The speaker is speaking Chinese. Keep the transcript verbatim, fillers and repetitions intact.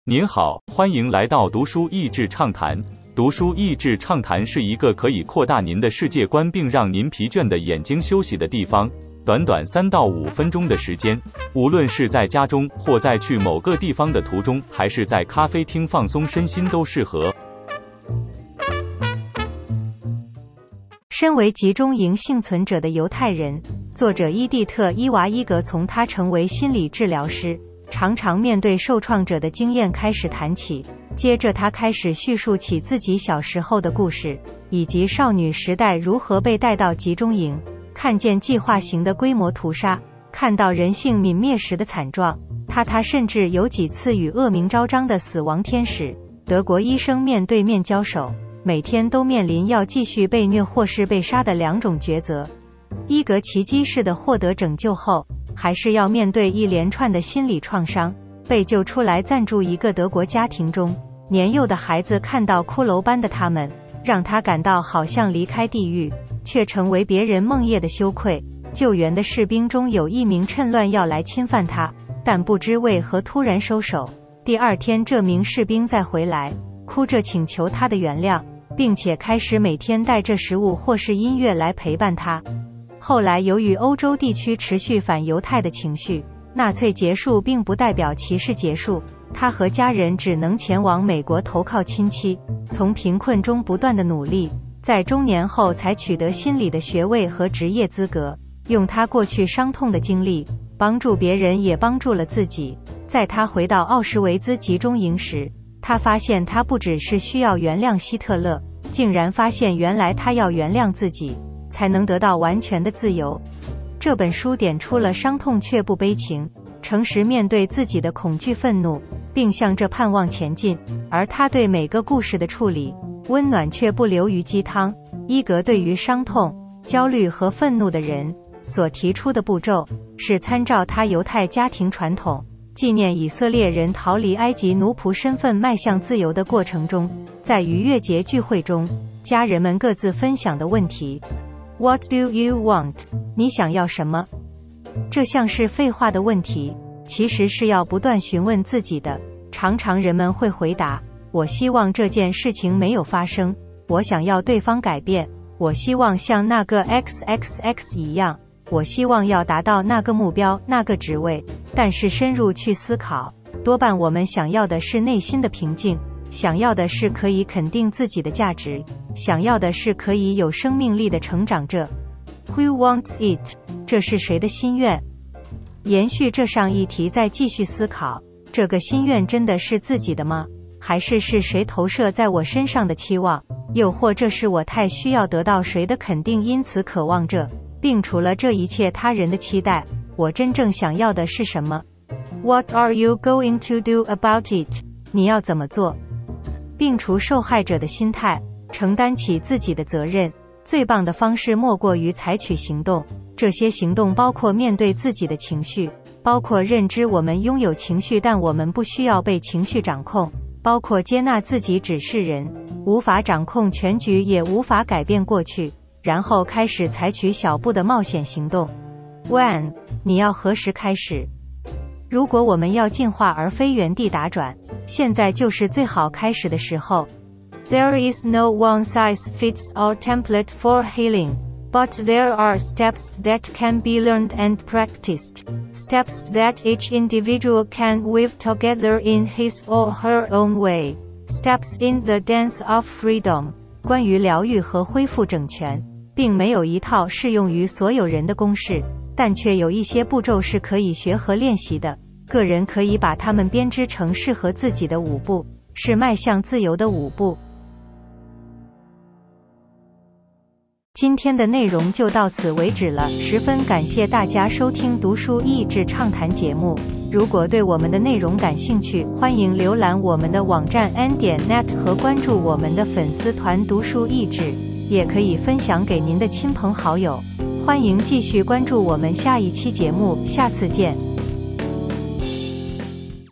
您好，欢迎来到读书益智畅谈。读书益智畅谈是一个可以扩大您的世界观并让您疲倦的眼睛休息的地方。短短三到五分钟的时间，无论是在家中，或在去某个地方的途中，还是在咖啡厅放松身心都适合。 身为集中营幸存者的犹太人，作者伊蒂特·伊娃伊格从他成为心理治疗师，常常面对受创者的经验开始谈起，接着他开始叙述起自己小时候的故事，以及少女时代如何被带到集中营，看见计划型的规模屠杀，看到人性泯灭时的惨状。他他甚至有几次与恶名昭彰的死亡天使德国医生面对面交手，每天都面临要继续被虐或是被杀的两种抉择。伊格奇迹式的获得拯救后，还是要面对一连串的心理创伤。被救出来暂住一个德国家庭中，年幼的孩子看到骷髅般的他们，让他感到好像离开地狱，却成为别人梦魇的羞愧。救援的士兵中有一名趁乱要来侵犯他，但不知为何突然收手。第二天这名士兵再回来，哭着请求他的原谅，并且开始每天带着食物或是音乐来陪伴他。后来由于欧洲地区持续反犹太的情绪，纳粹结束并不代表歧视结束，他和家人只能前往美国投靠亲戚，从贫困中不断的努力，在中年后才取得心理的学位和职业资格，用他过去伤痛的经历帮助别人也帮助了自己。在他回到奥什维兹集中营时，他发现他不只是需要原谅希特勒，竟然发现原来他要原谅自己，才能得到完全的自由。这本书点出了伤痛却不悲情，诚实面对自己的恐惧愤怒，并向着盼望前进。而他对每个故事的处理，温暖却不流于鸡汤。伊格对于伤痛、焦虑和愤怒的人所提出的步骤，是参照他犹太家庭传统，纪念以色列人逃离埃及奴仆身份迈向自由的过程中，在逾越节聚会中，家人们各自分享的问题。What do you want？ 你想要什么？这像是废话的问题，其实是要不断询问自己的。常常人们会回答，我希望这件事情没有发生，我想要对方改变，我希望像那个 X X X 一样，我希望要达到那个目标，那个职位。但是深入去思考，多半我们想要的是内心的平静，想要的是可以肯定自己的价值，想要的是可以有生命力的成长着。Who wants it？ 这是谁的心愿？延续这上一题再继续思考，这个心愿真的是自己的吗？还是是谁投射在我身上的期望？又或这是我太需要得到谁的肯定，因此渴望着，并除了这一切他人的期待，我真正想要的是什么？ What are you going to do about it？ 你要怎么做？摒除受害者的心态，承担起自己的责任。最棒的方式莫过于采取行动，这些行动包括面对自己的情绪，包括认知我们拥有情绪但我们不需要被情绪掌控，包括接纳自己只是人，无法掌控全局也无法改变过去，然后开始采取小步的冒险行动。 When？ 你要何时开始？如果我们要进化而非原地打转，现在就是最好开始的时候。There is no one-size-fits-all template for healing, but there are steps that can be learned and practiced, steps that each individual can weave together in his or her own way, steps in the dance of freedom. 关于疗愈和恢复整全，并没有一套适用于所有人的公式，但却有一些步骤是可以学和练习的。个人可以把它们编织成适合自己的舞步，是迈向自由的舞步。今天的内容就到此为止了，十分感谢大家收听读书益智畅谈节目。如果对我们的内容感兴趣，欢迎浏览我们的网站 n 点 net 和关注我们的粉丝团读书益智，也可以分享给您的亲朋好友。欢迎继续关注我们下一期节目，下次见。